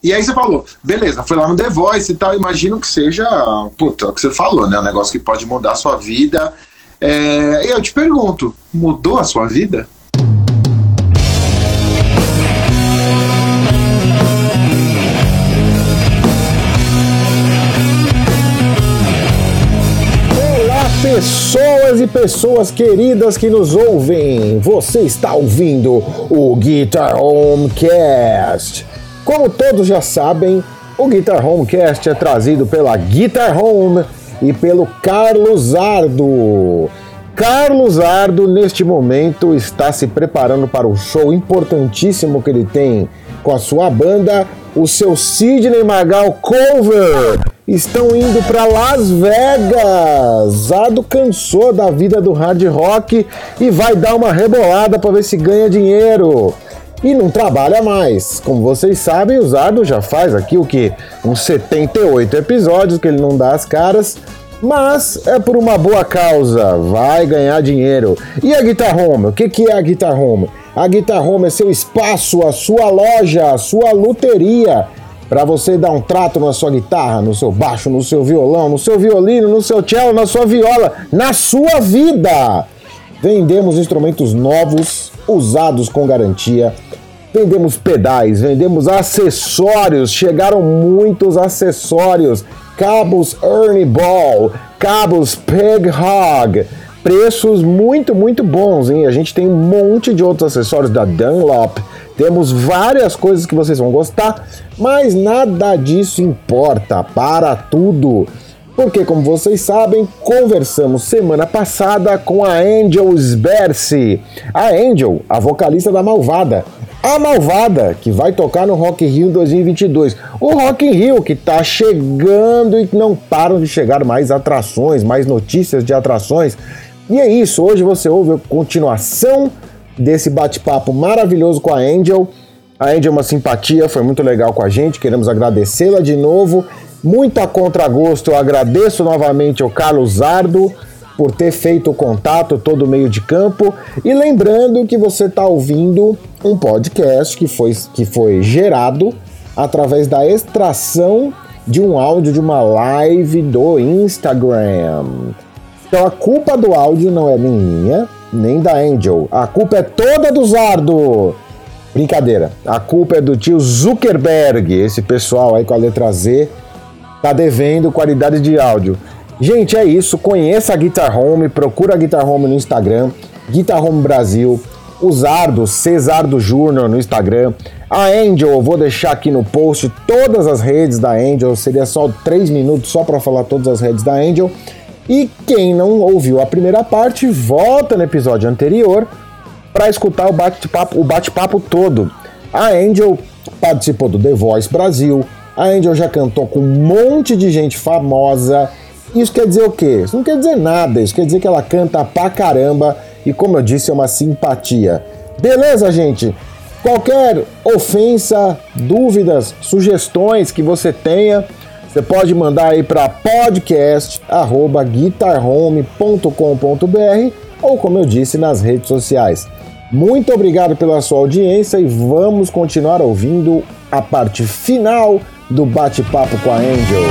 E aí você falou, beleza, foi lá no The Voice e tal, imagino que seja, puta, é o que você falou, né? Um negócio que pode mudar a sua vida. E eu te pergunto, mudou a sua vida? Pessoas e pessoas queridas que nos ouvem, você está ouvindo o Guitar Homecast. Como todos já sabem, o Guitar Homecast é trazido pela Guitar Home e pelo Carlos Zardo. Carlos Zardo, neste momento, está se preparando para o show importantíssimo que ele tem com a sua banda, o seu Sidney Magal Cover. Estão indo para Las Vegas. Zardo cansou da vida do hard rock e vai dar uma rebolada para ver se ganha dinheiro. E não trabalha mais. Como vocês sabem, o Zardo já faz aqui o que? Uns 78 episódios que ele não dá as caras, mas é por uma boa causa, vai ganhar dinheiro. E a Guitar Home? O que é a Guitar Home? A Guitar Home é seu espaço, a sua loja, a sua luteria, para você dar um trato na sua guitarra, no seu baixo, no seu violão, no seu violino, no seu cello, na sua viola, na sua vida. Vendemos instrumentos novos, usados com garantia, vendemos pedais, vendemos acessórios, chegaram muitos acessórios, cabos Ernie Ball, cabos Peg Hog, preços muito, muito bons, hein? A gente tem um monte de outros acessórios da Dunlop, temos várias coisas que vocês vão gostar, mas nada disso importa para tudo. Porque, como vocês sabem, conversamos semana passada com a Angel Sbersi. A Angel, a vocalista da Malvada. A Malvada, que vai tocar no Rock in Rio 2022. O Rock in Rio que está chegando e não param de chegar mais atrações, mais notícias de atrações. E é isso, hoje você ouve a continuação desse bate-papo maravilhoso com a Angel. A Angel é uma simpatia, foi muito legal com a gente, queremos agradecê-la de novo. Muito a contragosto, eu agradeço novamente ao Carlos Zardo por ter feito o contato todo meio de campo. E lembrando que você está ouvindo um podcast que foi gerado através da extração de um áudio de uma live do Instagram. Então a culpa do áudio não é minha, nem da Angel. A culpa é toda do Zardo. Brincadeira. A culpa é do tio Zuckerberg. Esse pessoal aí com a letra Z tá devendo qualidade de áudio. Gente, é isso. Conheça a Guitar Home. Procura a Guitar Home no Instagram. Guitar Home Brasil. O Zardo, Cesardo Júnior no Instagram. A Angel, eu vou deixar aqui no post todas as redes da Angel. Seria só 3 minutos só para falar todas as redes da Angel. E quem não ouviu a primeira parte, volta no episódio anterior para escutar o bate-papo todo. A Angel participou do The Voice Brasil. A Angel já cantou com um monte de gente famosa. Isso quer dizer o quê? Isso não quer dizer nada. Isso quer dizer que ela canta pra caramba. E como eu disse, é uma simpatia. Beleza, gente? Qualquer ofensa, dúvidas, sugestões que você tenha, você pode mandar aí para podcast@guitarhome.com.br ou, como eu disse, nas redes sociais. Muito obrigado pela sua audiência e vamos continuar ouvindo a parte final do bate-papo com a Angel.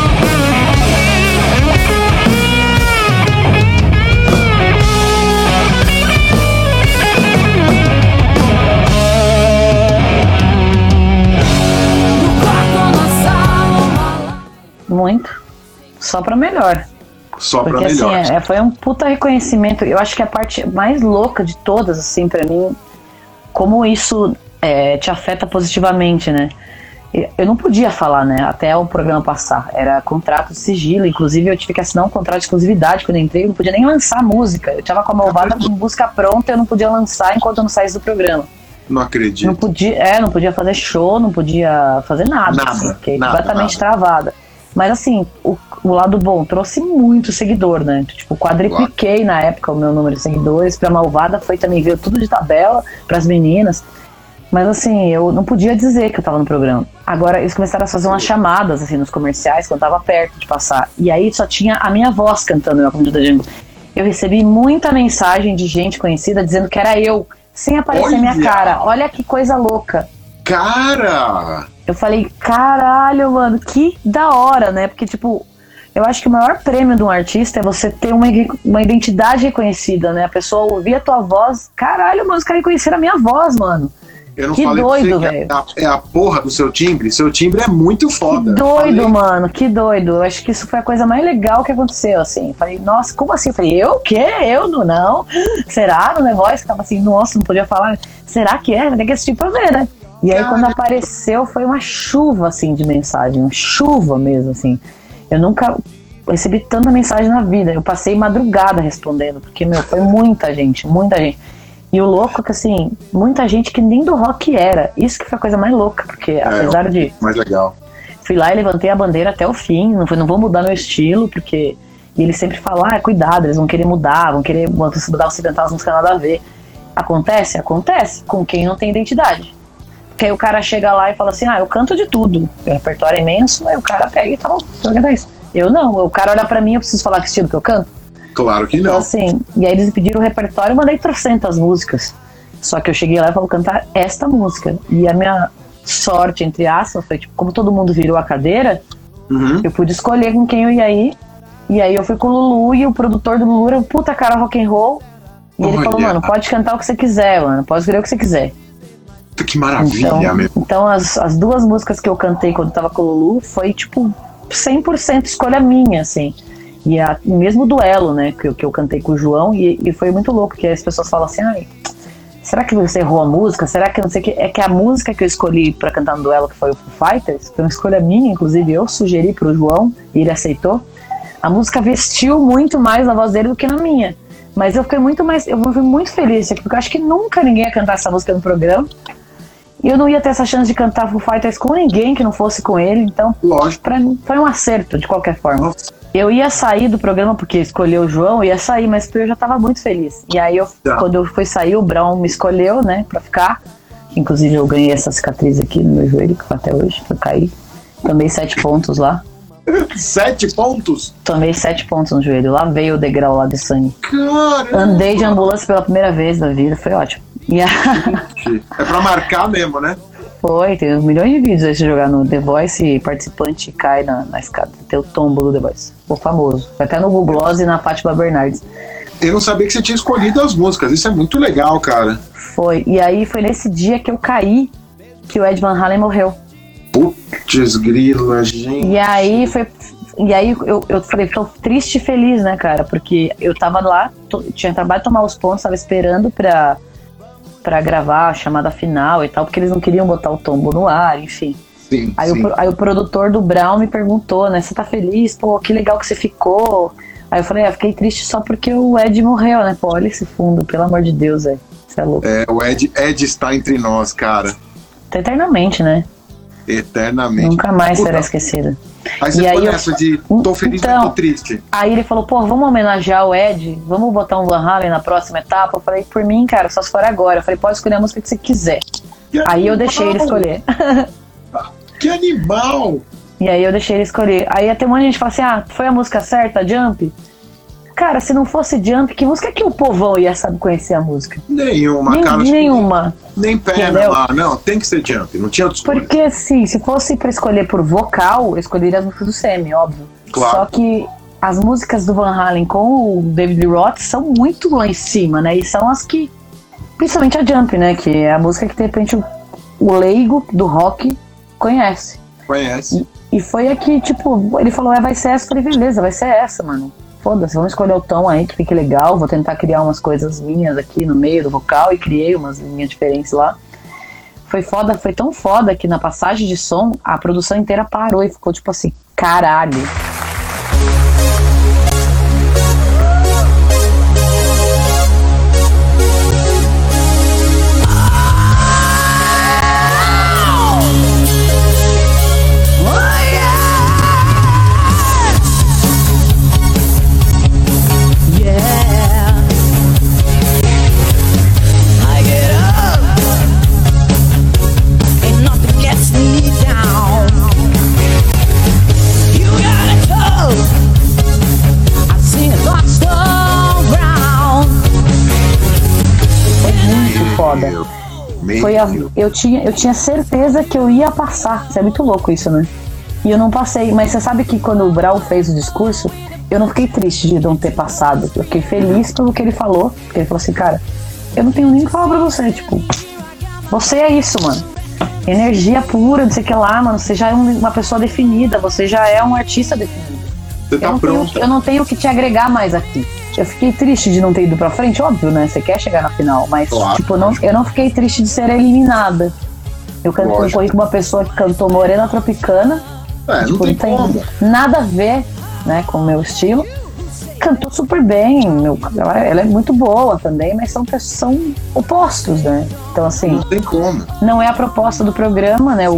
Muito. Só pra melhor. Só porque, pra melhor. Assim, foi um puta reconhecimento. Eu acho que a parte mais louca de todas, assim, pra mim, como isso te afeta positivamente, né? Eu não podia falar, né? Até o programa passar. Era contrato de sigilo. Inclusive, eu tive que assinar um contrato de exclusividade quando eu entrei. Eu não podia nem lançar música. Eu tava com a Malvada com música pronta. Eu não podia lançar enquanto eu não saísse do programa. Não acredito. Não podia fazer show, não podia fazer nada. Assim, fiquei completamente travada. Mas assim, o lado bom, trouxe muito seguidor, né? Tipo, quadripliquei na época o meu número de seguidores. Pra Malvada foi também, veio tudo de tabela pras meninas. Mas assim, eu não podia dizer que eu tava no programa. Agora, eles começaram a fazer umas chamadas, assim, nos comerciais, quando eu tava perto de passar. E aí só tinha a minha voz cantando Welcome to the Jungle. Eu recebi muita mensagem de gente conhecida dizendo que era eu, sem aparecer minha cara. Olha que coisa louca. Cara! Eu falei, caralho, mano, que da hora, né? Porque, tipo, eu acho que o maior prêmio de um artista é você ter uma identidade reconhecida, né? A pessoa ouvir a tua voz. Caralho, mano, os caras reconheceram a minha voz, mano. Eu não que falei doido, velho. velho. É a porra do seu timbre. Seu timbre é muito foda. Que doido, mano, que doido. Eu acho que isso foi a coisa mais legal que aconteceu, assim. Falei, nossa, como assim? Eu falei, eu o quê? Eu não? Será? No The Voice? Ficava assim, nossa, não podia falar. Será que é? Tem que assistir pra ver, né? E aí, quando apareceu, foi uma chuva, assim, de mensagem. Uma chuva mesmo, assim. Eu nunca recebi tanta mensagem na vida. Eu passei madrugada respondendo, porque, meu, foi muita gente, muita gente. E o louco é que, assim, muita gente que nem do rock era. Isso que foi a coisa mais louca, porque apesar de... Mais legal. Fui lá e levantei a bandeira até o fim, não vou mudar meu estilo, porque... E eles sempre falam, cuidado, eles vão querer mudar, vão querer mudar ocidental, as músicas nada a ver. Acontece? Acontece, com quem não tem identidade. Porque aí o cara chega lá e fala assim, eu canto de tudo, o repertório é imenso, aí o cara pega e tal, eu não, o cara olha pra mim, eu preciso falar que estilo que eu canto? Claro que não. Então, assim, e aí eles pediram o repertório, eu mandei 300 músicas. Só que eu cheguei lá e falei, cantar esta música. E a minha sorte, entre aspas, foi tipo, como todo mundo virou a cadeira, eu pude escolher com quem eu ia ir. E aí eu fui com o Lulu e o produtor do Lulu era um puta cara rock and roll. E ele falou, mano, pode cantar o que você quiser, mano, pode escolher o que você quiser. Que maravilha, meu. Então as duas músicas que eu cantei quando eu tava com o Lulu foi tipo 100% escolha minha, assim. E mesmo duelo, né, que eu cantei com o João, e foi muito louco, porque as pessoas falam assim, será que você errou a música? Será que não sei o que? É que a música que eu escolhi pra cantar no duelo, que foi o Foo Fighters, foi uma escolha minha, inclusive eu sugeri pro João, e ele aceitou. A música vestiu muito mais na voz dele do que na minha. Mas eu fui muito feliz, porque eu acho que nunca ninguém ia cantar essa música no programa. E eu não ia ter essa chance de cantar Foo Fighters com ninguém que não fosse com ele, então lógico, pra mim foi um acerto de qualquer forma. Nossa. Eu ia sair do programa porque escolheu o João, eu ia sair, mas eu já tava muito feliz. E aí quando eu fui sair, o Brown me escolheu, né, pra ficar. Inclusive eu ganhei essa cicatriz aqui no meu joelho, que foi até hoje, que eu caí. Tomei 7 pontos lá. 7 pontos? Tomei 7 pontos no joelho, lá veio o degrau lá de sangue. Caramba. Andei de ambulância pela primeira vez na vida, foi ótimo. É pra marcar mesmo, né? Foi, tem milhões de vídeos aí de jogar no The Voice e participante cai na escada. Tem o tombo do The Voice. Ficou famoso. Foi até no Google Gloss e na Fátima Bernardes. Eu não sabia que você tinha escolhido as músicas. Isso é muito legal, cara. Foi. E aí foi nesse dia que eu caí que o Ed Van Halen morreu. Putz, grila, gente. E aí eu falei, tô triste e feliz, né, cara? Porque eu tava lá, tinha acabado de tomar os pontos, tava esperando pra gravar a chamada final e tal, porque eles não queriam botar o tombo no ar, enfim. Sim, aí o produtor do Brown me perguntou, né, você tá feliz? Pô, que legal que você ficou. Aí eu falei, fiquei triste só porque o Ed morreu, né? Pô, olha esse fundo, pelo amor de Deus, velho. Você é louco. O Ed está entre nós, cara. Eternamente, né? Eternamente. Nunca mais será esquecido. Aí você ficou nessa de tô feliz, mas tô triste. Aí ele falou, vamos homenagear o Ed, vamos botar um Van Halen na próxima etapa. Eu falei, por mim, cara, só se for agora. Eu falei, pode escolher a música que você quiser. Aí eu deixei ele escolher. Que animal! E aí eu deixei ele escolher. Aí até um monte de gente fala assim, foi a música certa, Jump? Cara, se não fosse Jump, que música que o povão ia saber conhecer a música? Nenhuma, cara. Nenhuma. Nem pena lá, não, tem que ser Jump, não tinha outra escolha. Porque assim, se fosse pra escolher por vocal, eu escolheria as músicas do Sammy, óbvio. Claro. Só que as músicas do Van Halen com o David Lee Roth são muito lá em cima, né? E são as que, principalmente a Jump, né? Que é a música que de repente o leigo do rock conhece. E foi aqui, tipo, ele falou, vai ser essa. Eu falei, beleza, vai ser essa, mano. Foda-se, vamos escolher o tom aí que fique legal. Vou tentar criar umas coisas minhas aqui no meio do vocal. E criei umas linhas diferentes lá. Foi foda, foi tão foda que na passagem de som a produção inteira parou e ficou tipo assim, caralho. You gotta eu tinha certeza que eu ia passar. Isso é muito louco isso, né? E eu não passei. Mas você sabe que quando o Brau fez o discurso, eu não fiquei triste de não ter passado. Eu fiquei feliz pelo que ele falou. Porque ele falou assim, cara, eu não tenho nem o que falar pra você. Tipo, você é isso, mano. Energia pura, não sei o que lá, mano. Você já é uma pessoa definida. Você já é um artista definido. Você tá pronto. Eu não tenho o que te agregar mais aqui. Eu fiquei triste de não ter ido pra frente, óbvio, né? Você quer chegar na final, mas claro, tipo, eu não fiquei triste de ser eliminada. Eu corri com uma pessoa que cantou Morena Tropicana. Tipo, não tem como. Nada a ver, né, com o meu estilo. Cantou super bem, ela é muito boa também, mas são opostos, né? Então, assim, não tem como. Não é a proposta do programa, né?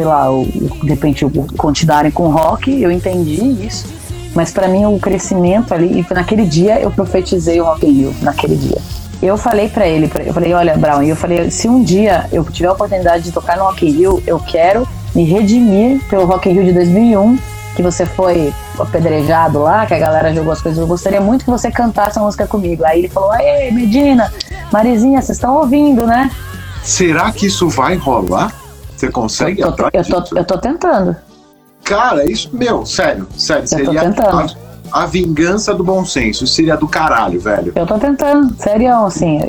De repente, continuarem com rock, eu entendi isso. Mas pra mim, o crescimento ali, e naquele dia eu profetizei o Rock in Rio, naquele dia. Eu falei pra ele, olha, Brown, se um dia eu tiver a oportunidade de tocar no Rock in Rio, eu quero me redimir pelo Rock in Rio de 2001, que você foi apedrejado lá, que a galera jogou as coisas. Eu gostaria muito que você cantasse a música comigo. Aí ele falou, aê, Medina, Marizinha, vocês estão ouvindo, né? Será que isso vai rolar? Você consegue? Eu tô tentando. Cara, isso, sério, seria a vingança do bom senso, seria do caralho, velho. Eu tô tentando, sério, assim,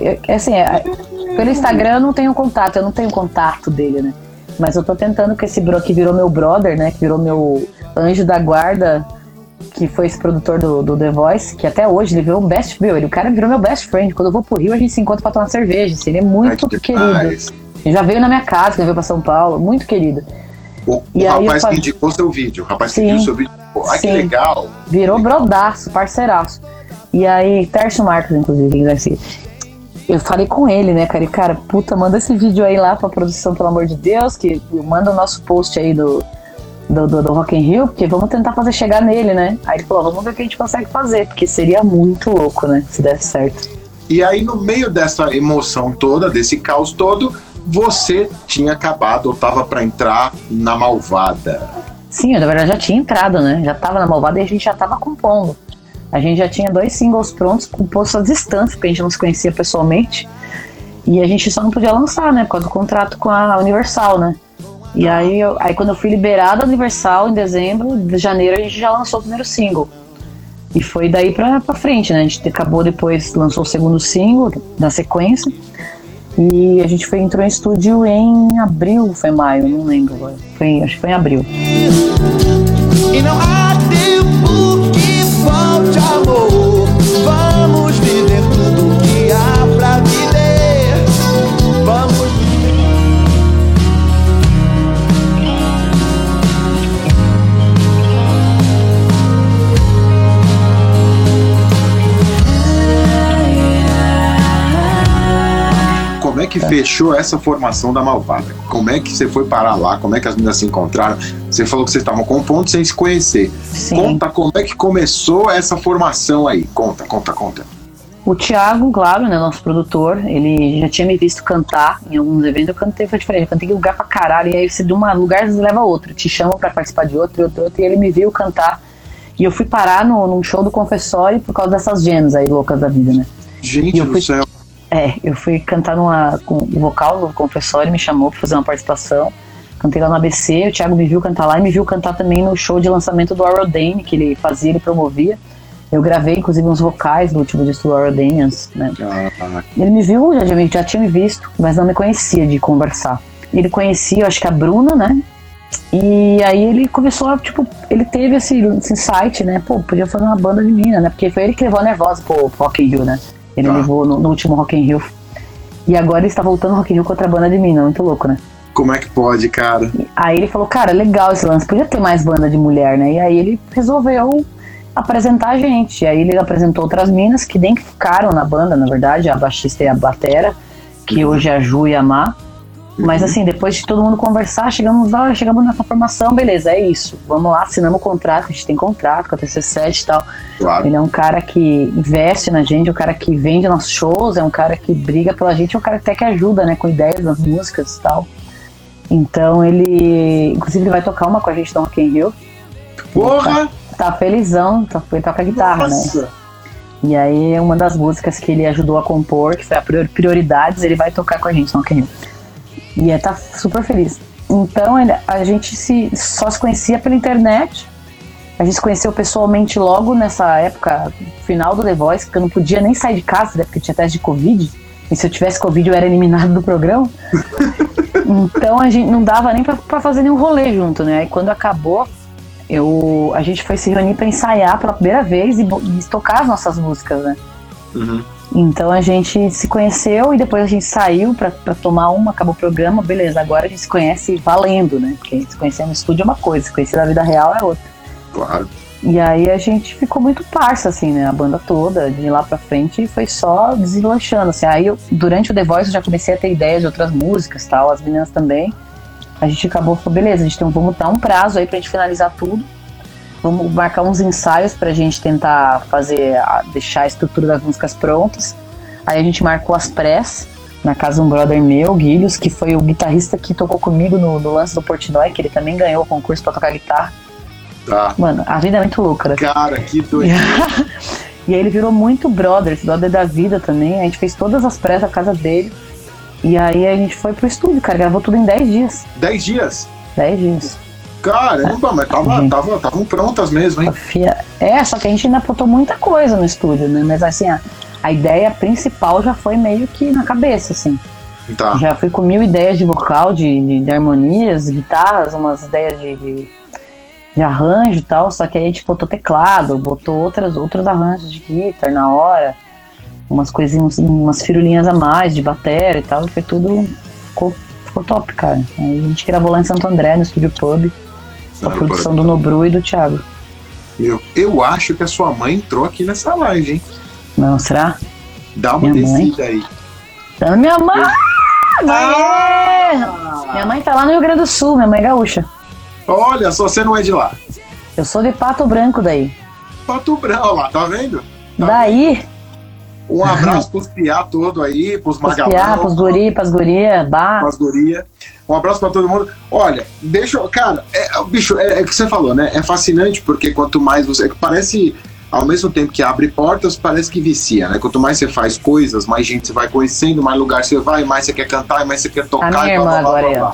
pelo Instagram eu não tenho contato dele, né? Mas eu tô tentando que esse que virou meu brother, né? Que virou meu anjo da guarda, que foi esse produtor do The Voice, que até hoje ele virou o cara virou meu best friend. Quando eu vou pro Rio, a gente se encontra pra tomar cerveja. Ele é muito querido. Ele já veio na minha casa, veio pra São Paulo, muito querido. O rapaz que indicou seu vídeo, que viu seu vídeo, que legal. Virou brodaço, parceiraço. E aí, Tércio Marcos, inclusive, eu falei com ele, né, cara? E, cara, puta, manda esse vídeo aí lá pra produção, pelo amor de Deus, que manda o nosso post aí do Rock in Rio, porque vamos tentar fazer chegar nele, né? Aí ele falou, vamos ver o que a gente consegue fazer, porque seria muito louco, né, se desse certo. E aí, no meio dessa emoção toda, desse caos todo, você tinha acabado ou tava pra entrar na Malvada. Sim, na verdade já tinha entrado, né? Já tava na Malvada e a gente já tava compondo. A gente já tinha 2 singles prontos, compostos à distância, porque a gente não se conhecia pessoalmente. E a gente só não podia lançar, né? Por causa do contrato com a Universal, né? E aí quando eu fui liberada da Universal, em dezembro, de janeiro, a gente já lançou o primeiro single. E foi daí pra frente, né? A gente acabou depois, lançou o segundo single, na sequência. E a gente entrou em estúdio em abril, foi maio, não lembro agora. Acho que foi em abril. E não há tempo que falte amor. Vamos viver tudo que há pra viver. Vamos Como é que fechou essa formação da Malvada? Como é que você foi parar lá? Como é que as meninas se encontraram? Você falou que vocês estavam compondo sem se conhecer. Sim. Conta como é que começou essa formação aí. Conta. O Thiago, claro, né, nosso produtor, ele já tinha me visto cantar em alguns eventos. Eu cantei, foi diferente, eu cantei em lugar pra caralho. E aí você de um lugar você leva a outro, te chamam pra participar de outro. E ele me viu cantar. E eu fui parar num show do Confessório por causa dessas jams aí loucas da vida, né? Gente do céu. Eu fui cantar com o vocal do Confessório, me chamou pra fazer uma participação. Cantei lá no ABC, o Thiago me viu cantar lá e me viu cantar também no show de lançamento do Aerodane, que ele fazia, ele promovia. Eu gravei, inclusive, uns vocais do último disco do Aerodane, né? Ele me viu, já tinha me visto, mas não me conhecia de conversar. Ele conhecia, eu acho que a Bruna, né? E aí ele começou a, ele teve esse insight, né? Pô, podia fazer uma banda de mina, né? Porque foi ele que levou a Nervosa pro Rock in Rio, né? Ele levou no último Rock in Rio. E agora ele está voltando ao Rock in Rio com outra banda de mina, muito louco, né? Como é que pode, cara? Aí ele falou, cara, legal esse lance, podia ter mais banda de mulher, né? E aí ele resolveu apresentar a gente. E aí ele apresentou outras minas que nem ficaram na banda, na verdade, a baixista e a batera, que hoje é a Ju e a Má. Mas assim, depois de todo mundo conversar, chegamos nessa formação, beleza, é isso. Vamos lá, assinamos o contrato, a gente tem contrato com a TC7 e tal. Claro. Ele é um cara que investe na gente, é um cara que vende nossos shows, é um cara que briga pela gente, é um cara até que ajuda, né, com ideias das músicas e tal. Então ele, inclusive, ele vai tocar uma com a gente no Rock in Rio. Porra! Tá felizão, ele toca guitarra, nossa, né? E aí uma das músicas que ele ajudou a compor, que foi a Prioridades, ele vai tocar com a gente no Rock in Rio. E tá super feliz. Então a gente só se conhecia pela internet. A gente se conheceu pessoalmente logo nessa época, final do The Voice, que eu não podia nem sair de casa, né, porque tinha teste de Covid. E se eu tivesse Covid eu era eliminado do programa. Então a gente não dava nem pra fazer nenhum rolê junto, né? Aí quando acabou, a gente foi se reunir pra ensaiar pela primeira vez e tocar as nossas músicas, né? Uhum. Então a gente se conheceu e depois a gente saiu pra tomar acabou o programa, beleza, agora a gente se conhece valendo, né? Porque se conhecer no estúdio é uma coisa, se conhecer na vida real é outra. Claro. E aí a gente ficou muito parça, assim, né? A banda toda, de lá pra frente, foi só deslanchando, assim. Aí durante o The Voice eu já comecei a ter ideias de outras músicas, tal, as meninas também. A gente falou, beleza, vamos dar um prazo aí pra gente finalizar tudo. Vamos marcar uns ensaios pra gente tentar deixar a estrutura das músicas prontas. Aí a gente marcou as prés na casa de um brother meu, Guilhos, que foi o guitarrista que tocou comigo no lance do Portnoy, que ele também ganhou o concurso pra tocar guitarra. Tá. Mano, a vida é muito louca, né? Cara, que doido. E aí ele virou muito brother da vida também. A gente fez todas as prés na casa dele. E aí a gente foi pro estúdio, cara. Gravou tudo em 10 dias. 10 dias? 10 dias. Caramba, mas estavam prontas mesmo, hein? Só que a gente ainda botou muita coisa no estúdio, né? Mas assim, a ideia principal já foi meio que na cabeça, assim. Tá. Já fui com 1000 ideias de vocal, de harmonias, guitarras, umas ideias de arranjo e tal, só que aí a gente botou teclado, botou outros arranjos de guitarra na hora, umas coisinhas, umas firulinhas a mais de bateria e tal, e foi tudo, ficou top, cara. Aí a gente gravou lá em Santo André, no Estúdio Pub, com a produção do Nobru e do Thiago. Eu acho que a sua mãe entrou aqui nessa live, hein? Não, será? Dá uma descida aí. Tá, minha mãe! Minha mãe tá lá no Rio Grande do Sul, minha mãe é gaúcha. Olha só, você não é de lá. Eu sou de Pato Branco daí. Pato Branco, lá, tá vendo? Daí? Vendo? Um abraço pros piá todo aí, pros magalhão. Pros piá, pros guri, pras gurias, pras gurias. Um abraço pra todo mundo. Olha, cara, bicho, é que você falou, né? É fascinante porque quanto mais você... Parece, ao mesmo tempo que abre portas, parece que vicia, né? Quanto mais você faz coisas, mais gente você vai conhecendo, mais lugar você vai, mais você quer cantar, mais você quer tocar. A minha irmã agora,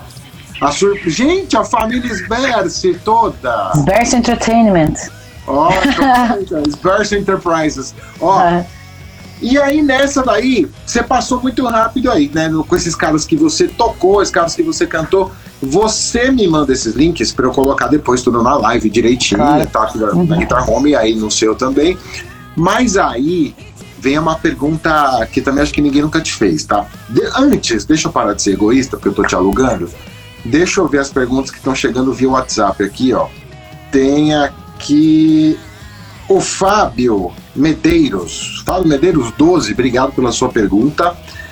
Gente, a família Sberce toda. Sberce Entertainment. Ó, Sberce Enterprises. Ó. E aí nessa daí, você passou muito rápido aí, né? Com esses caras que você tocou, esses caras que você cantou. Você me manda esses links pra eu colocar depois tudo na live direitinho, claro. Tá? Na Guitar Home e aí no seu também. Mas aí vem uma pergunta que também acho que ninguém nunca te fez, tá? Antes, deixa eu parar de ser egoísta, porque eu tô te alugando. Deixa eu ver as perguntas que estão chegando via WhatsApp aqui, ó. Tem aqui o Fábio Medeiros. Fábio Medeiros 12, obrigado pela sua pergunta.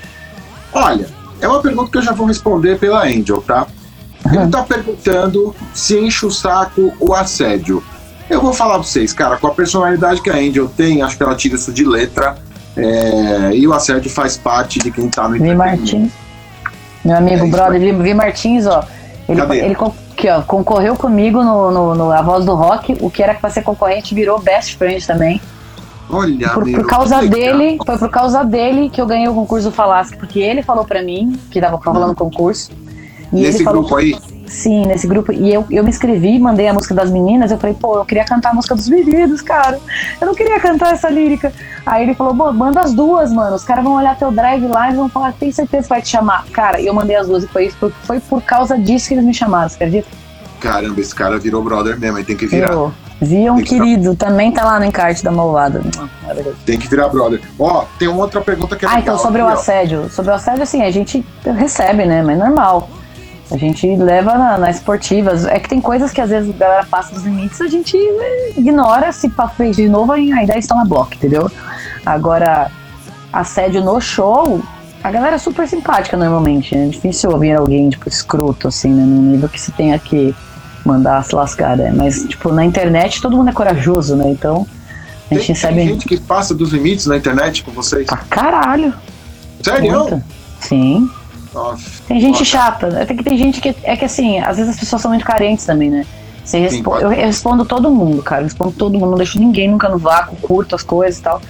Olha, é uma pergunta que eu já vou responder pela Angel, tá? Ele tá perguntando se enche o saco o assédio. Eu vou falar pra vocês, cara, com a personalidade que a Angel tem, acho que ela tira isso de letra. E o assédio faz parte de quem tá no entretenimento. Meu amigo, brother, Vi Martins, ó. Ele concorreu comigo no A Voz do Rock. O que era pra ser concorrente virou Best Friend também. Olha, por causa dele, foi por causa dele que eu ganhei o concurso do Falasque, porque ele falou pra mim que tava rolando o concurso. E nesse grupo aí? Sim, nesse grupo. E eu me inscrevi, mandei a música das meninas. Eu falei, eu queria cantar a música dos meninos, cara. Eu não queria cantar essa lírica. Aí ele falou, manda as duas, mano. Os caras vão olhar teu drive lá e vão falar, tem certeza que vai te chamar. Cara, eu mandei as duas e foi por causa disso que eles me chamaram, você acredita? Caramba, esse cara virou brother mesmo, aí tem que virar. Viam, querido, também tá lá no encarte da Malvada. Tem que virar brother. Ó, tem uma outra pergunta que é legal. Então, sobre o assédio. Sobre o assédio, assim, a gente recebe, né? Mas é normal. A gente leva na esportivas. É que tem coisas que às vezes a galera passa dos limites, a gente ignora, se fez de novo, aí daí está na bloco, entendeu? Agora, assédio no show, a galera é super simpática normalmente, né? É difícil ouvir alguém, tipo, escroto, assim, né? No nível que se tenha que mandar se lascar, né? Mas, tipo, na internet todo mundo é corajoso, né? Então, a gente recebe... Tem gente que passa dos limites na internet com vocês? Pra caralho! Sério? Muito. Sim. Nossa. Tem gente chata, até que tem gente que assim, às vezes as pessoas são muito carentes também, né? Eu respondo todo mundo, cara, eu respondo todo mundo, não deixo ninguém nunca no vácuo, curto as coisas e tal.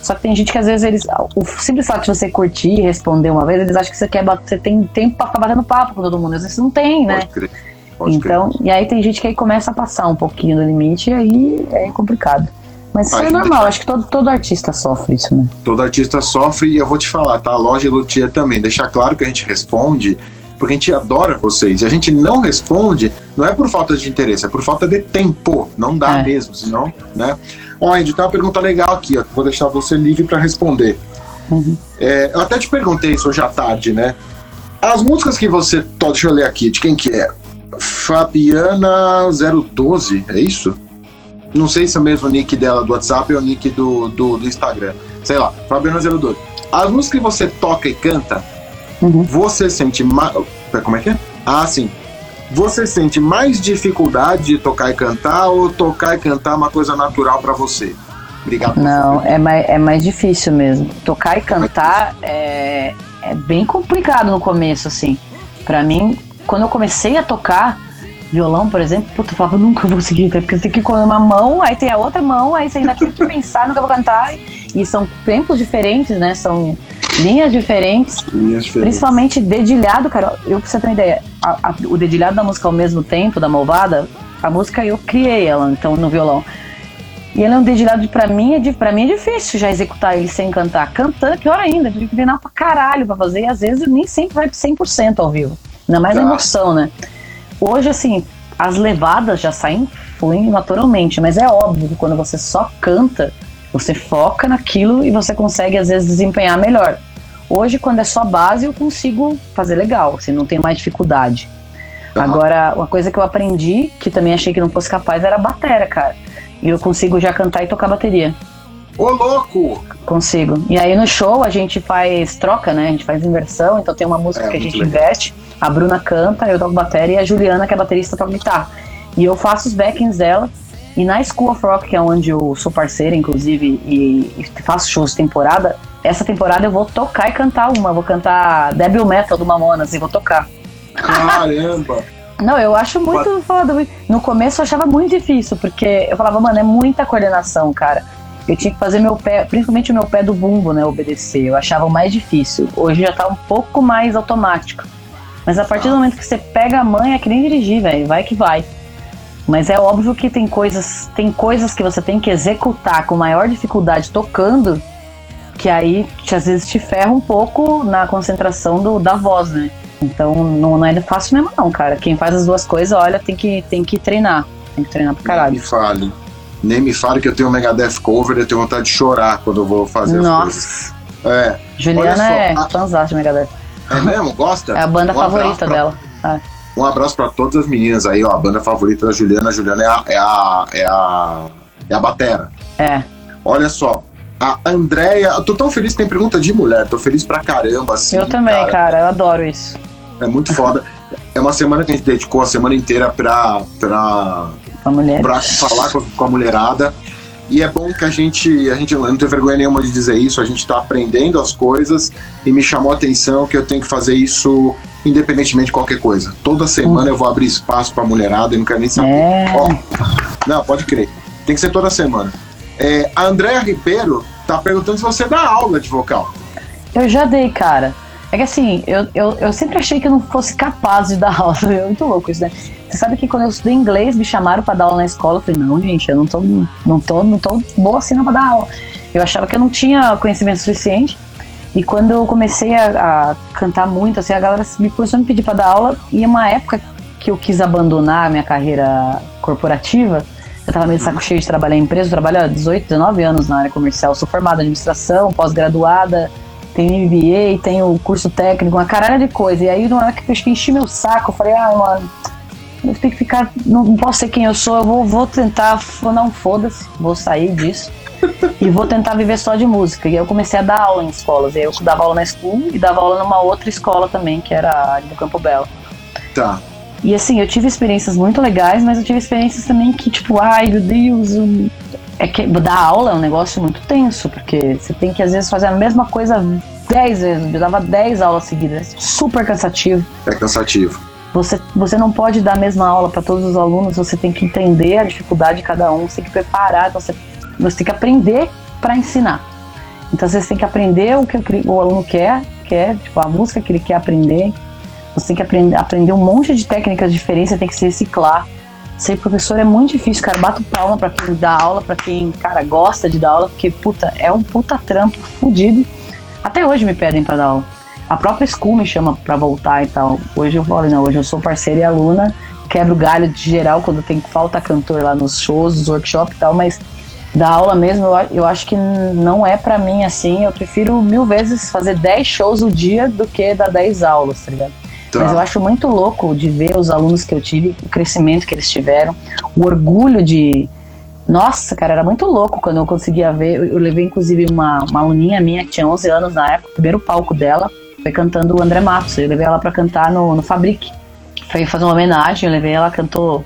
Só que tem gente que às vezes o simples fato de você curtir e responder uma vez, eles acham que você tem tempo pra ficar batendo papo com todo mundo. Às vezes não tem, né? Pode crer. E aí tem gente que aí começa a passar um pouquinho do limite e aí é complicado. Mas isso é normal, acho que todo artista sofre isso, né? Todo artista sofre, e eu vou te falar, tá? A loja Luthier também, deixar claro que a gente responde, porque a gente adora vocês. E a gente não responde, não é por falta de interesse, é por falta de tempo. Não dá mesmo, senão, né? Ó, Andy, tem uma pergunta legal aqui, ó. Vou deixar você livre para responder. Eu até te perguntei isso hoje à tarde, né? As músicas que você... Deixa eu ler aqui, de quem que é? Fabiana012, é isso? Não sei se é o mesmo nick dela do WhatsApp ou o nick do Instagram. Sei lá, Fabiana02. As músicas que você toca e canta, você sente mais... Como é que é? Ah, sim. Você sente mais dificuldade de tocar e cantar, ou tocar e cantar é uma coisa natural pra você? Obrigado. Não, é mais difícil mesmo. Tocar e cantar é bem complicado no começo, assim. Pra mim, quando eu comecei a tocar violão, por exemplo, eu falava, nunca vou conseguir, porque você tem que ir com uma mão, aí tem a outra mão, aí você ainda tem que pensar no que eu vou cantar, e são tempos diferentes, né, são linhas diferentes, principalmente dedilhado, cara, pra você ter uma ideia, o dedilhado da música Ao Mesmo Tempo, da Malvada, a música eu criei ela, então, no violão, e ele é um dedilhado, pra mim é difícil já executar ele sem cantar, cantando, pior ainda, eu tive que treinar pra caralho pra fazer, e às vezes nem sempre vai 100% ao vivo, ainda mais a emoção, né. Hoje, assim, as levadas já fluem naturalmente, mas é óbvio que quando você só canta, você foca naquilo e você consegue, às vezes, desempenhar melhor. Hoje, quando é só base, eu consigo fazer legal, assim, não tenho mais dificuldade. Agora, uma coisa que eu aprendi, que também achei que não fosse capaz, era a batera, cara. E eu consigo já cantar e tocar bateria. Ô, louco! Consigo. E aí no show a gente faz troca, né? A gente faz inversão, então tem uma música que a gente investe, a Bruna canta, eu toco bateria e a Juliana, que é baterista, toca guitarra. E eu faço os backings dela. E na School of Rock, que é onde eu sou parceira, inclusive, e faço shows de temporada, essa temporada eu vou tocar e cantar uma. Eu vou cantar Devil Metal do Mamonas e vou tocar. Caramba! Não, eu acho muito foda. No começo eu achava muito difícil, porque eu falava, mano, é muita coordenação, cara. Eu tinha que fazer meu pé, principalmente o meu pé do bumbo, né, obedecer. Eu achava o mais difícil. Hoje já tá um pouco mais automático. Mas a partir do momento que você pega a manha, é que nem dirigir, velho. Vai que vai. Mas é óbvio que tem coisas que você tem que executar com maior dificuldade tocando, que aí às vezes te ferra um pouco na concentração da voz, né? Então não é fácil mesmo não, cara. Quem faz as duas coisas, olha, tem que treinar. Tem que treinar pra caralho. Nem me fale que eu tenho um Megadeth cover, eu tenho vontade de chorar quando eu vou fazer as coisas. Juliana é fãzão de Megadeth. É mesmo? Gosta? É a banda favorita dela. Um abraço pra todas as meninas aí, ó. A banda favorita da Juliana. A Juliana é a batera. É. Olha só. A Andréia... Eu tô tão feliz que tem pergunta de mulher. Tô feliz pra caramba, assim. Eu também, cara. Eu adoro isso. É muito foda. É uma semana que a gente dedicou a semana inteira pra falar com a mulherada. E é bom que a gente não tem vergonha nenhuma de dizer isso, a gente tá aprendendo as coisas e me chamou a atenção que eu tenho que fazer isso independentemente de qualquer coisa. Toda semana eu vou abrir espaço pra mulherada e não quero nem saber. Não, pode crer. Tem que ser toda semana. A Andréa Ribeiro tá perguntando se você dá aula de vocal. Eu já dei, cara. É que assim, eu sempre achei que eu não fosse capaz de dar aula. É muito louco isso, né? Você sabe que quando eu estudei inglês, me chamaram pra dar aula na escola. Eu falei, não, gente, eu não tô boa assim não pra dar aula. Eu achava que eu não tinha conhecimento suficiente. E quando eu comecei a cantar muito, assim, a galera começou a me pedir pra dar aula. E é uma época que eu quis abandonar a minha carreira corporativa. Eu tava meio de saco cheio de trabalhar em empresa. Eu trabalho há 18, 19 anos na área comercial. Eu sou formada em administração, pós-graduada. Tenho MBA, tenho curso técnico, uma caralho de coisa. E aí, na hora que eu enchi meu saco, eu falei, mano, eu tenho que ficar, não posso ser quem eu sou, eu vou tentar, não, foda-se, vou sair disso e vou tentar viver só de música. E aí eu comecei a dar aula em escolas. E aí eu dava aula na School e dava aula numa outra escola também, que era ali do Campo Belo. Tá. E assim, eu tive experiências muito legais, mas eu tive experiências também que, tipo, ai meu Deus, é que dar aula é um negócio muito tenso, porque você tem que às vezes fazer a mesma coisa 10 vezes. Eu dava 10 aulas seguidas, é super cansativo. É cansativo. Você não pode dar a mesma aula para todos os alunos, você tem que entender a dificuldade de cada um, você tem que preparar, então você tem que aprender para ensinar. Então vocês têm que aprender o que o aluno quer, tipo, a música que ele quer aprender. Você tem que aprender um monte de técnicas diferentes, você tem que se reciclar. Ser professor é muito difícil, cara. Bato palma pra quem dá aula, pra quem, cara, gosta de dar aula, porque, puta, é um puta trampo fudido. Até hoje me pedem pra dar aula. A própria School me chama pra voltar e tal. Hoje eu falo, não, hoje eu sou parceira e aluna, quebro o galho de geral quando tem falta cantor lá nos shows, nos workshops e tal, mas dar aula mesmo, eu acho que não é pra mim assim. Eu prefiro 1000 vezes fazer 10 shows o dia do que dar 10 aulas, tá ligado? Tá. Mas eu acho muito louco de ver os alunos que eu tive, o crescimento que eles tiveram, o orgulho de... Nossa, cara, era muito louco quando eu conseguia ver. Eu levei, inclusive, uma aluninha minha que tinha 11 anos na época, o primeiro palco dela foi cantando o André Matos. Eu levei ela pra cantar no Fabric. Foi fazer uma homenagem, eu levei ela, cantou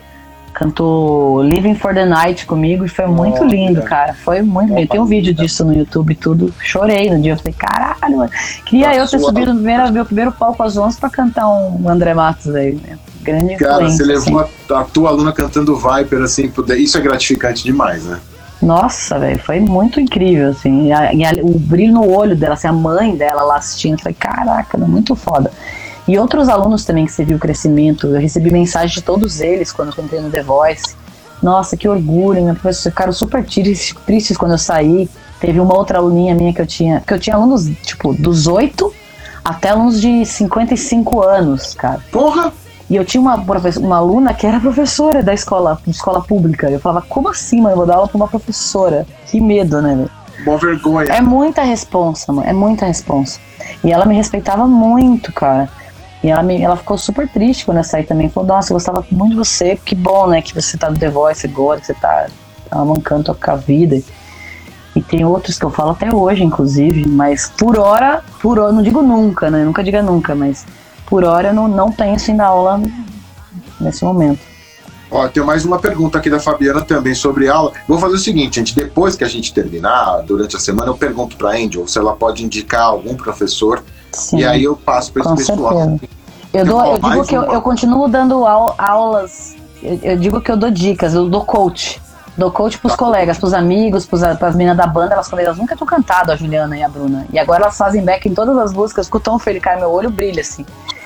Living for the Night comigo e foi muito lindo, cara. Foi muito lindo. Tem um vídeo disso no YouTube e tudo. Chorei no dia. Eu falei, caralho, mano. Queria eu ter subido no meu primeiro palco às 11 pra cantar um André Matos aí, né? Grande cara, você levou assim. a tua aluna cantando Viper, assim, isso é gratificante demais, né? Nossa, velho, foi muito incrível, assim. O brilho no olho dela, assim, a mãe dela lá assistindo. Eu falei, caraca, muito foda. E outros alunos também que você viu o crescimento. Eu recebi mensagem de todos eles quando eu entrei no The Voice. Nossa, que orgulho, minha professora. Ficaram super tristes quando eu saí. Teve uma outra aluninha minha que eu tinha alunos, tipo, dos 8 até alunos de 55 anos, cara. Porra! E eu tinha uma aluna que era professora de escola pública. Eu falava, como assim, mano? Eu vou dar aula pra uma professora. Que medo, né, velho? Boa vergonha. É muita responsa, mano. É muita responsa. E ela me respeitava muito, cara. E ela ficou super triste quando eu saí também. Falou, nossa, eu gostava muito de você. Que bom, né, que você tá no The Voice agora, que você tá mancando com a vida. E tem outros que eu falo até hoje, inclusive. Mas por hora, não digo nunca, né? Nunca diga nunca, mas por hora eu não penso em dar aula nesse momento. Ó, tem mais uma pergunta aqui da Fabiana também sobre aula. Vou fazer o seguinte, gente, depois que a gente terminar, durante a semana, eu pergunto pra Angel se ela pode indicar algum professor. Sim, e aí eu passo para esse pessoal. Eu digo que eu continuo dando aulas, eu digo que eu dou dicas, eu dou coach. Dou coach pros colegas, pros amigos, pras meninas da banda, elas nunca tinham cantado, a Juliana e a Bruna. E agora elas fazem back em todas as músicas, com o Tom Felipe, cara, meu olho brilha assim.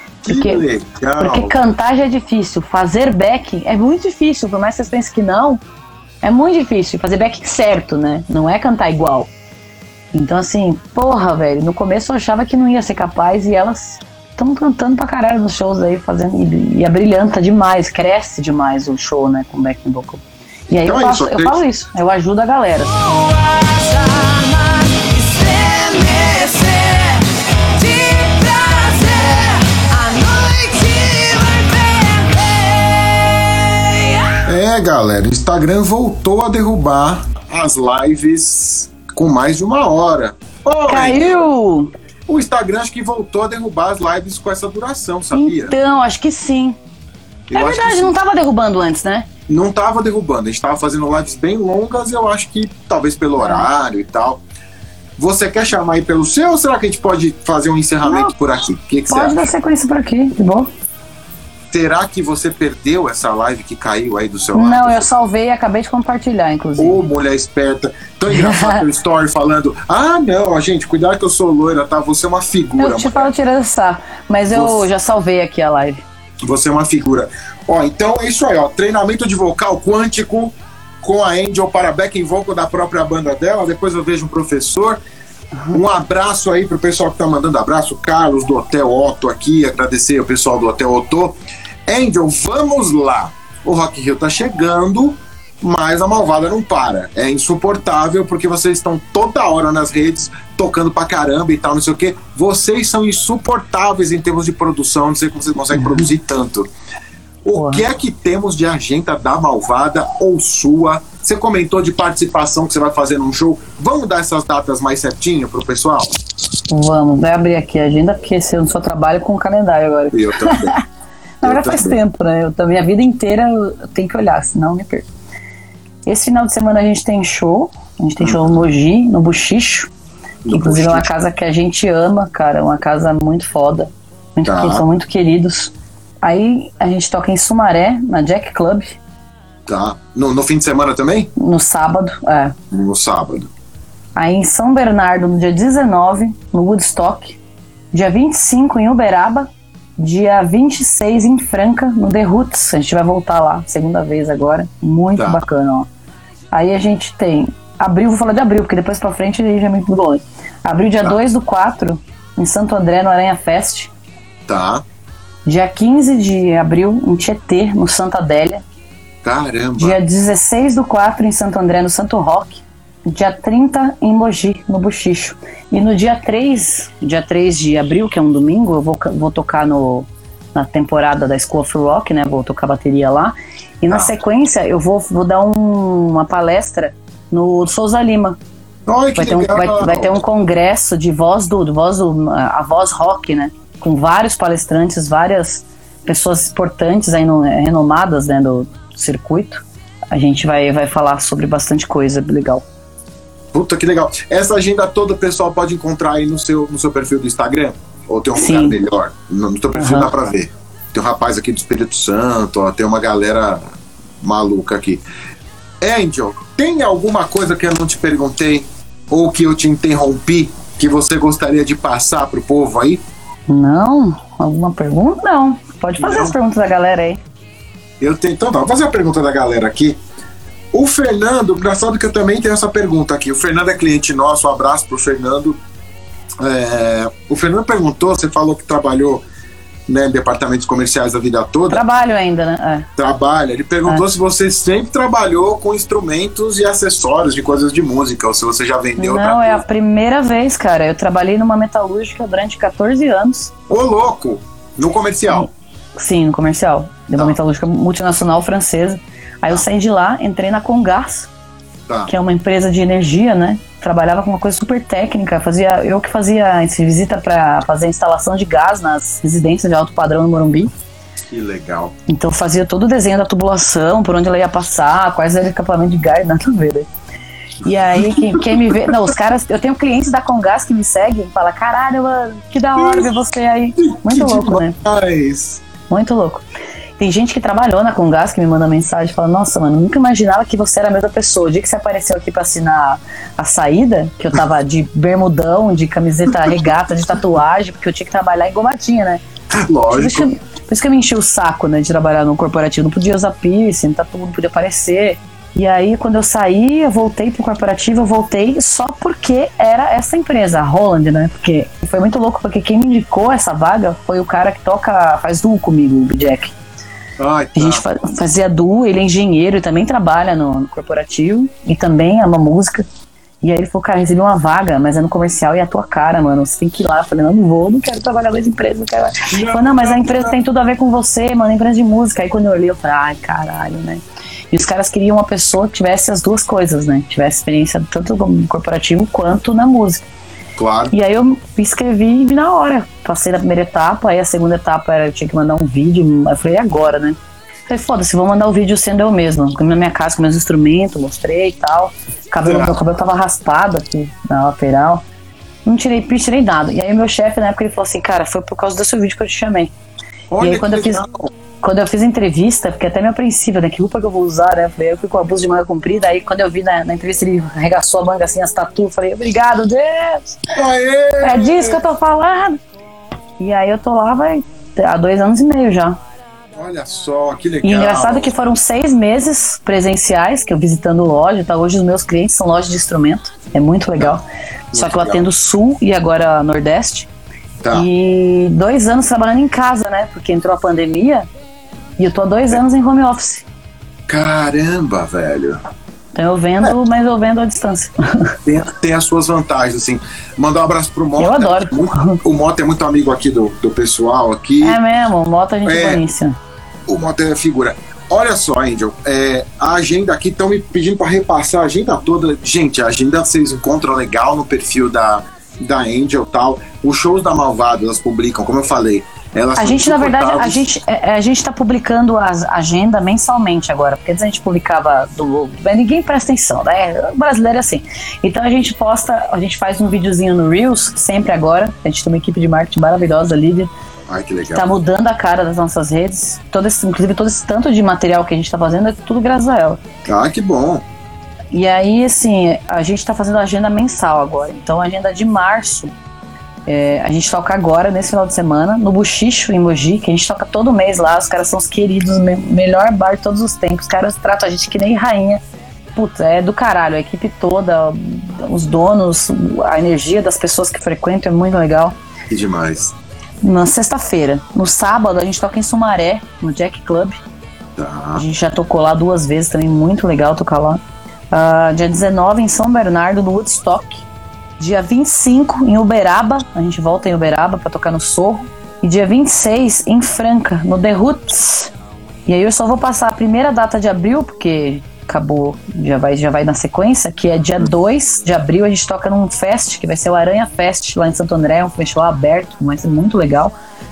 Porque cantar já é difícil, fazer back é muito difícil, por mais que vocês pensem que não, é muito difícil. Fazer back certo, né? Não é cantar igual. Então assim, porra, velho, no começo eu achava que não ia ser capaz e elas estão cantando pra caralho nos shows aí, fazendo, e abrilhanta demais, cresce demais o show, né, com backing vocal. E aí então eu falo isso, eu ajudo a galera. Galera, o Instagram voltou a derrubar as lives com mais de 1 hora. Caiu! O Instagram acho que voltou a derrubar as lives com essa duração, sabia? Então, acho que sim. É verdade, não tava derrubando antes, né? Não tava derrubando, a gente tava fazendo lives bem longas, eu acho que talvez pelo horário e tal. Você quer chamar aí pelo seu ou será que a gente pode fazer um encerramento por aqui? O que você acha? Pode dar sequência por aqui, de bom. Será que você perdeu essa live que caiu aí do seu lado? Não, eu salvei e acabei de compartilhar, inclusive. Ô, mulher esperta. Tô engraçado o story falando, não, gente, cuidado que eu sou loira, tá? Você é uma figura. Eu te falo tirando essa, mas eu já salvei aqui a live. Você é uma figura. Ó, então é isso aí, ó. Treinamento de vocal quântico com a Angel para backing vocal da própria banda dela. Depois eu vejo um professor. Um abraço aí pro pessoal que tá mandando abraço. Carlos do Hotel Otto aqui. Agradecer ao pessoal do Hotel Otto. Angel, vamos lá. O Rock in Rio tá chegando, mas a malvada não para. É insuportável porque vocês estão toda hora nas redes tocando pra caramba e tal, não sei o que. Vocês são insuportáveis em termos de produção. Não sei como vocês conseguem produzir tanto. O que é que temos de agenda da malvada ou sua? Você comentou de participação que você vai fazer num show. Vamos dar essas datas mais certinho pro pessoal? Vamos, vai abrir aqui a agenda, porque eu não só trabalho com o calendário agora. Eu também. Na verdade faz tempo, né? Minha vida inteira eu tenho que olhar, senão eu me perco. Esse final de semana a gente tem show. A gente tem show no Mogi, no Buchicho. Que inclusive é uma casa que a gente ama, cara. Uma casa muito foda. São muito queridos. Aí a gente toca em Sumaré, na Jack Club. Tá. No fim de semana também? No sábado, No sábado. Aí em São Bernardo, no dia 19, no Woodstock. Dia 25 em Uberaba. Dia 26 em Franca, no The Roots. A gente vai voltar lá, segunda vez agora. Muito bacana, ó. Aí a gente tem abril, vou falar de abril, porque depois pra frente já é muito longe. Abril, dia 2/4, em Santo André, no Aranha Fest. Tá. Dia 15 de abril, em Tietê, no Santa Adélia. Caramba. Dia 16/4, em Santo André, no Santo Roque. Dia 30, em Mogi, no Buchicho. E no dia 3 de abril, que é um domingo, eu vou tocar na temporada da School of Rock, né? Vou tocar bateria lá. E na sequência, eu vou dar uma palestra no Souza Lima. Ai, Vai ter um congresso de a voz rock, né? Com vários palestrantes, várias pessoas importantes aí renomadas, né, do circuito. A gente vai falar sobre bastante coisa legal. Puta, que legal. Essa agenda toda o pessoal pode encontrar aí no seu perfil do Instagram? Ou tem um lugar melhor? No teu perfil dá pra ver. Tem um rapaz aqui do Espírito Santo, ó, tem uma galera maluca aqui. Angel, tem alguma coisa que eu não te perguntei ou que eu te interrompi que você gostaria de passar pro povo aí? Não? Alguma pergunta? Não. Pode fazer as perguntas da galera aí. Então, vou fazer a pergunta da galera aqui. O Fernando, engraçado que eu também tenho essa pergunta aqui. O Fernando é cliente nosso, um abraço pro Fernando. O Fernando perguntou, você falou que trabalhou, né, em departamentos comerciais a vida toda. Trabalho ainda, né? Trabalha. Ele perguntou se você sempre trabalhou com instrumentos e acessórios de coisas de música, ou se você já vendeu. Não, é a primeira vez, cara. Eu trabalhei numa metalúrgica durante 14 anos. Ô, louco! No comercial? Sim, no comercial. De uma metalúrgica multinacional francesa. Aí eu saí de lá, entrei na Congás, que é uma empresa de energia, né? Trabalhava com uma coisa super técnica. Eu que fazia visita para fazer a instalação de gás nas residências de alto padrão no Morumbi. Que legal. Então fazia todo o desenho da tubulação, por onde ela ia passar, quais eram os escapamentos de gás, nada a ver, né? E aí, quem me vê... Não, os caras... Eu tenho clientes da Congás que me seguem e falam, caralho, mano, que da hora ver você aí. Muito louco, né? Muito louco. Tem gente que trabalhou na Congás que me manda mensagem e fala, nossa, mano, nunca imaginava que você era a mesma pessoa. O dia que você apareceu aqui pra assinar a saída, que eu tava de bermudão, de camiseta regata, de tatuagem, porque eu tinha que trabalhar em Gomatinha, né? Lógico. Por isso que eu me enchi o saco, né, de trabalhar no corporativo. Não podia usar piercing, tatu, não podia aparecer. E aí, quando eu saí, eu voltei pro corporativo, eu voltei só porque era essa empresa, a Holland, né? Porque foi muito louco, porque quem me indicou essa vaga foi o cara que faz duo comigo, o Jack. Ai, tá. A gente fazia duo, ele é engenheiro e também trabalha no corporativo e também ama música. E aí ele falou, cara, recebi uma vaga, mas é no comercial e é a tua cara, mano, você tem que ir lá. Eu falei, não vou, não quero trabalhar nas empresas, não quero. Ele falou, não, mas a empresa tem tudo a ver com você, mano, a empresa de música. Aí quando eu olhei, eu falei, ai, caralho, né? E os caras queriam uma pessoa que tivesse as duas coisas, né? Tivesse experiência tanto no corporativo quanto na música. Claro. E aí eu me inscrevi na hora. Passei da primeira etapa, aí a segunda etapa eu tinha que mandar um vídeo. Aí eu falei, e agora, né? Falei, foda-se, vou mandar o vídeo sendo eu mesma. Na minha casa com meus instrumentos, mostrei e tal. Meu cabelo tava raspado aqui na lateral. Não tirei picho, tirei nada. E aí meu chefe na época ele falou assim, cara, foi por causa do seu vídeo que eu te chamei. Olha, e aí quando eu fiz a entrevista, porque até me apreensiva, né? Que roupa que eu vou usar, né? Eu falei, eu fui com a blusa de manga comprida. Aí quando eu vi na entrevista ele arregaçou a manga assim, as tatu. Eu falei, obrigado, Deus! Aê! É disso que eu tô falando! E aí eu tô lá, há 2 anos e meio já. Olha só, que legal. E engraçado que foram 6 meses presenciais, que eu visitando loja, tá? Hoje os meus clientes são lojas de instrumento. É muito legal. Só que eu atendo Sul e agora Nordeste. Tá. E 2 anos trabalhando em casa, né? Porque entrou a pandemia e eu tô há 2 anos em home office. Caramba, velho. Então eu vendo, mas eu vendo à distância. Tem as suas vantagens, assim. Mandar um abraço pro Mota. Eu adoro. O Mota é muito amigo aqui do pessoal aqui. É mesmo, o Mota a gente boníssima. O Mota é figura. Olha só, Angel, a agenda aqui, estão me pedindo para repassar a agenda toda. Gente, a agenda vocês encontram legal no perfil da Angel e tal. Os shows da Malvada, elas publicam, como eu falei. A gente, na verdade, a gente tá publicando a agenda mensalmente agora, porque antes a gente publicava mas ninguém presta atenção, né? O brasileiro é assim. Então a gente faz um videozinho no Reels, sempre agora. A gente tem uma equipe de marketing maravilhosa, a Lívia. Ai, que legal. Tá mudando a cara das nossas redes. Inclusive todo esse tanto de material que a gente tá fazendo é tudo graças a ela. Ah, que bom. E aí, assim, a gente tá fazendo a agenda mensal agora. Então, a agenda de março, a gente toca agora, nesse final de semana, no Buchicho, em Mogi, que a gente toca todo mês lá. Os caras são os queridos, melhor bar de todos os tempos. Os caras tratam a gente que nem rainha. Puta, é do caralho. A equipe toda, os donos, a energia das pessoas que frequentam é muito legal. Que demais. Na sexta-feira. No sábado, a gente toca em Sumaré, no Jack Club. Tá. A gente já tocou lá 2 vezes também, muito legal tocar lá. Dia 19 em São Bernardo, no Woodstock. Dia 25 em Uberaba, a gente volta em Uberaba pra tocar no Sorro. E dia 26 em Franca, no The Roots. E aí eu só vou passar a primeira data de abril, porque acabou, já vai na sequência, que é dia 2 de abril, a gente toca num fest, que vai ser o Aranha Fest, lá em Santo André, um festival aberto, vai ser muito legal.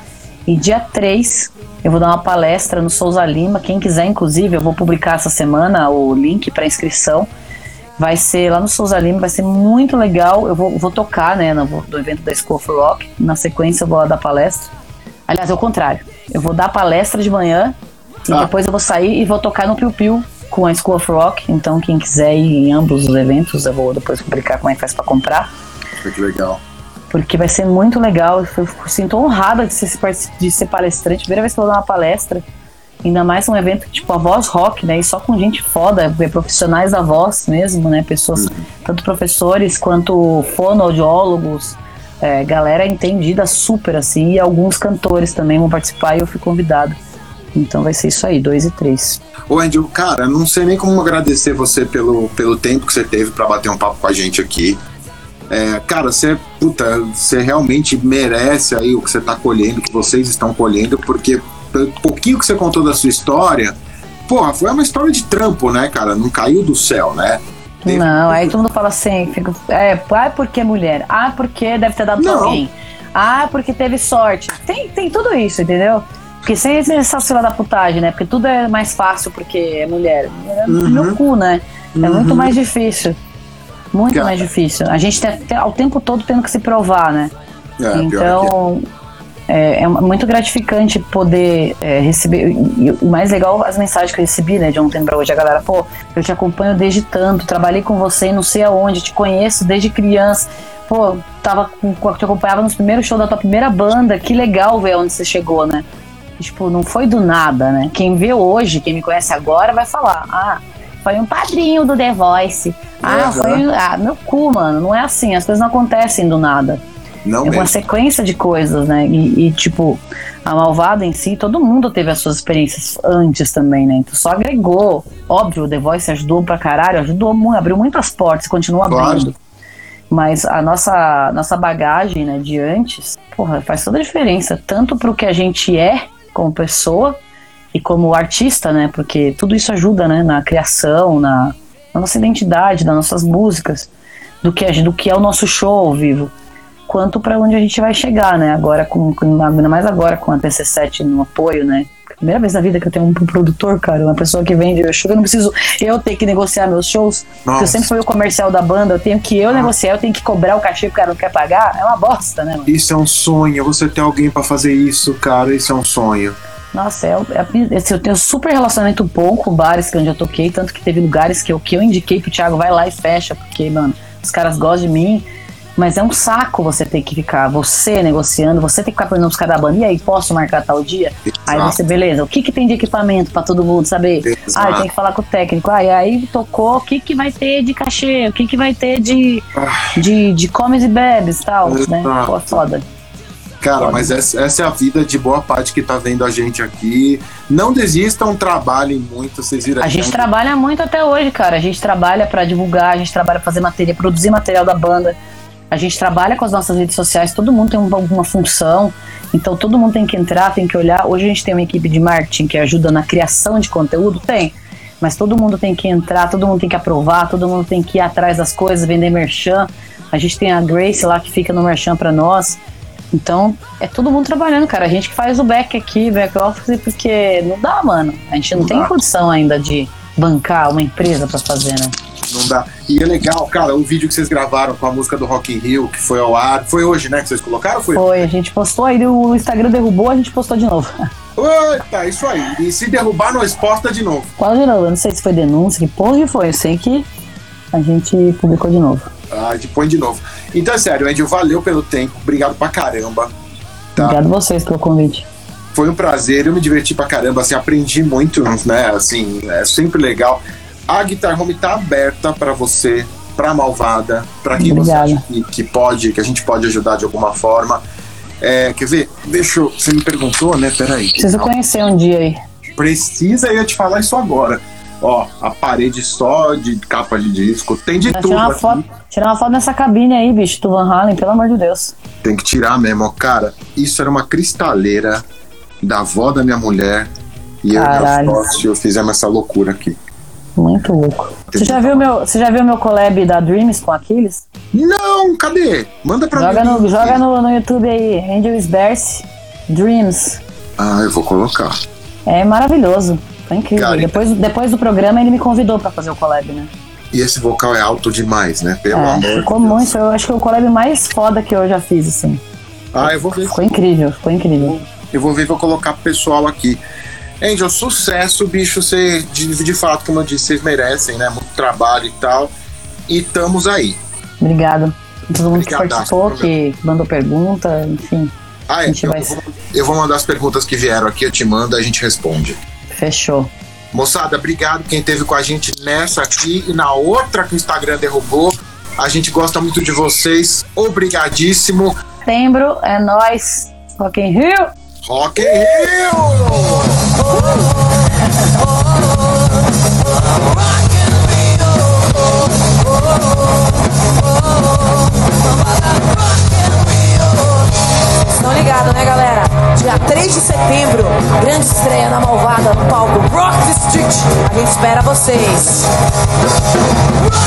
E dia 3, eu vou dar uma palestra no Souza Lima, quem quiser, inclusive, eu vou publicar essa semana o link para inscrição. Vai ser lá no Souza Lima, vai ser muito legal. Eu vou tocar, né, no evento da School of Rock. Na sequência eu vou lá dar palestra. Aliás, é o contrário. Eu vou dar palestra de manhã e depois eu vou sair e vou tocar no Piu Piu com a School of Rock. Então quem quiser ir em ambos os eventos, eu vou depois publicar como é que faz pra comprar. Que legal. Porque vai ser muito legal. Eu sinto honrada de ser palestrante. Primeira vez que eu vou dar uma palestra. Ainda mais um evento tipo a Voz Rock, né? E só com gente foda, profissionais da voz mesmo, né? Pessoas, tanto professores quanto fonoaudiólogos, galera entendida super, assim. E alguns cantores também vão participar e eu fui convidado. Então vai ser isso aí, 2 e 3. Ô Andy, cara, não sei nem como agradecer você pelo tempo que você teve pra bater um papo com a gente aqui. Cara, você realmente merece aí o que você tá colhendo, que vocês estão colhendo, porque pelo pouquinho que você contou da sua história, porra, foi uma história de trampo, né, cara? Não caiu do céu, né? Não, aí todo mundo fala assim, porque mulher, porque deve ter dado pra alguém, porque teve sorte. Tem tudo isso, entendeu? Porque sem essa fila da putagem, né? Porque tudo é mais fácil porque é mulher. Meu cu, né? É muito mais difícil. Muito mais difícil. A gente tem ao tempo todo tendo que se provar, né? Então, é muito gratificante poder receber. E o mais legal, as mensagens que eu recebi, né, de ontem pra hoje. A galera, pô, eu te acompanho desde tanto, trabalhei com você e não sei aonde, te conheço desde criança. Pô, te acompanhava nos primeiros shows da tua primeira banda. Que legal ver onde você chegou, né? E, tipo, não foi do nada, né? Quem vê hoje, quem me conhece agora, vai falar, foi um padrinho do The Voice. Meu cu, mano. Não é assim, as coisas não acontecem do nada. Não uma sequência de coisas, né? E tipo, a Malvada em si, todo mundo teve as suas experiências antes também, né? Então só agregou. Óbvio, o The Voice ajudou pra caralho, ajudou muito, abriu muitas portas, continua abrindo. Mas a nossa bagagem, né, de antes, porra, faz toda a diferença. Tanto pro que a gente é como pessoa e como artista, né? Porque tudo isso ajuda, né? Na criação, na nossa identidade, nas nossas músicas, do que é o nosso show ao vivo. Quanto para onde a gente vai chegar, né? Agora, ainda mais agora com a TC7 no apoio, né? Primeira vez na vida que eu tenho um produtor, cara, uma pessoa que vende meu show, eu não preciso eu ter que negociar meus shows, porque eu sempre fui o comercial da banda, eu tenho que negociar, eu tenho que cobrar o cachê que o cara não quer pagar, é uma bosta, né, mano? Isso é um sonho, você ter alguém pra fazer isso, cara, isso é um sonho. Nossa, eu tenho super relacionamento bom com bares que onde eu toquei, tanto que teve lugares que eu indiquei pro Thiago, vai lá e fecha, porque, mano, os caras gostam de mim. Mas é um saco você ter que ficar, você negociando, você tem que ficar perguntando pros caras da banda, e aí, posso marcar tal dia? Exato. Aí você, beleza, o que tem de equipamento pra todo mundo saber? Tem que falar com o técnico, e aí tocou, o que vai ter de cachê, o que vai ter de comes e bebes e tal, né? Pô, foda. Cara, mas essa é a vida de boa parte que tá vendo a gente aqui. Não desistam, trabalhem muito, vocês viram. A gente trabalha muito até hoje, cara, a gente trabalha pra divulgar, a gente trabalha pra fazer matéria, produzir material da banda. A gente trabalha com as nossas redes sociais, todo mundo tem uma função, então todo mundo tem que entrar, tem que olhar. Hoje a gente tem uma equipe de marketing que ajuda na criação de conteúdo, mas todo mundo tem que entrar, todo mundo tem que aprovar, todo mundo tem que ir atrás das coisas, vender merchan. A gente tem a Grace lá que fica no merchan pra nós. Então, é todo mundo trabalhando, cara. A gente que faz o back office, porque não dá, mano. A gente não tem condição ainda de bancar uma empresa pra fazer, né? Não dá. E é legal, cara, o vídeo que vocês gravaram com a música do Rock in Rio, que foi ao ar, foi hoje, né, que vocês colocaram? Foi, a gente postou, aí o Instagram derrubou, a gente postou de novo. Eita, isso aí. E se derrubar, nós posta de novo. Qual de novo? Eu não sei se foi denúncia, que porra que foi, eu sei que a gente publicou de novo. A gente põe de novo. Então é sério, Angel, valeu pelo tempo. Obrigado pra caramba. Tá? Obrigado a vocês pelo convite. Foi um prazer, eu me diverti pra caramba, assim, aprendi muito, né, assim, é sempre legal. A Guitar Home tá aberta pra você, pra Malvada, pra quem você acha que a gente pode ajudar de alguma forma. Quer ver? Você me perguntou, né, peraí. Preciso conhecer um dia aí. Precisa, eu ia te falar isso agora. Ó, a parede só de capa de disco, tem de tudo. Tirar uma foto nessa cabine aí, bicho, do Van Halen, pelo amor de Deus. Tem que tirar mesmo, ó, cara, isso era uma cristaleira da avó da minha mulher e Caralho. eu e meu sócio fizemos essa loucura aqui. Muito louco. Você já viu meu collab da Dreams com Aquiles? Não, cadê? Manda pra mim. Joga no YouTube aí, Angel Sberce, Dreams. Ah, eu vou colocar. É maravilhoso, foi incrível. Cara, depois do programa ele me convidou pra fazer o collab, né? E esse vocal é alto demais, né? Pelo amor de Deus. Ficou muito, eu acho que é o collab mais foda que eu já fiz, assim. Ah, eu vou ver. Ficou incrível. Eu vou ver, vou colocar pro pessoal aqui. Angel, sucesso, bicho. Você, de fato, como eu disse, vocês merecem, né? Muito trabalho e tal. E estamos aí. Obrigado. Todo mundo que participou, que mandou pergunta, enfim. Eu vou mandar as perguntas que vieram aqui, eu te mando, a gente responde. Fechou. Moçada, obrigado quem esteve com a gente nessa aqui e na outra que o Instagram derrubou. A gente gosta muito de vocês. Obrigadíssimo. Setembro é nóis. Rock in Rio. Rock in Rio! Estão ligados, né, galera? Dia 3 de setembro, grande estreia na Malvada no palco Rock Street. A gente espera vocês.